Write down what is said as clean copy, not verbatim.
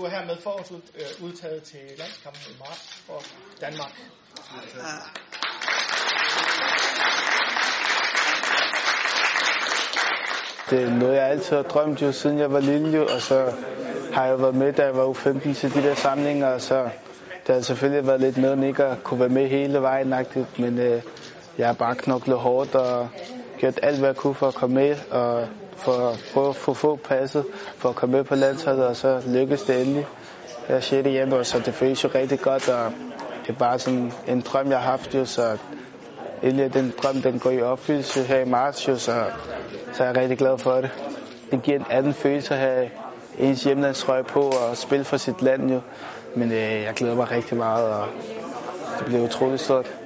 du er hermed udtaget til landskampen i marts for Danmark. Det er noget, jeg altid har drømt jo, siden jeg var lille jo, og så har jeg været med, da jeg var U15 til de der samlinger, og så det har selvfølgelig været lidt noget, ikke at kunne være med hele vejen, men jeg har bare knoklet hårdt og gjort alt, hvad jeg kunne for at komme med, og for at prøve at få passet, for at komme med på landsholdet, og så lykkedes det endelig. Jeg er 6. januar, så det føles jo rigtig godt, og det er bare sådan en drøm, jeg har haft jo, så endelig den drøm, den går i opfyldelse her i marts jo, så er jeg rigtig glad for det. Det giver en anden følelse at have ens hjemlandstrøje på og spille for sit land jo, men jeg glæder mig rigtig meget, og det bliver utroligt stort.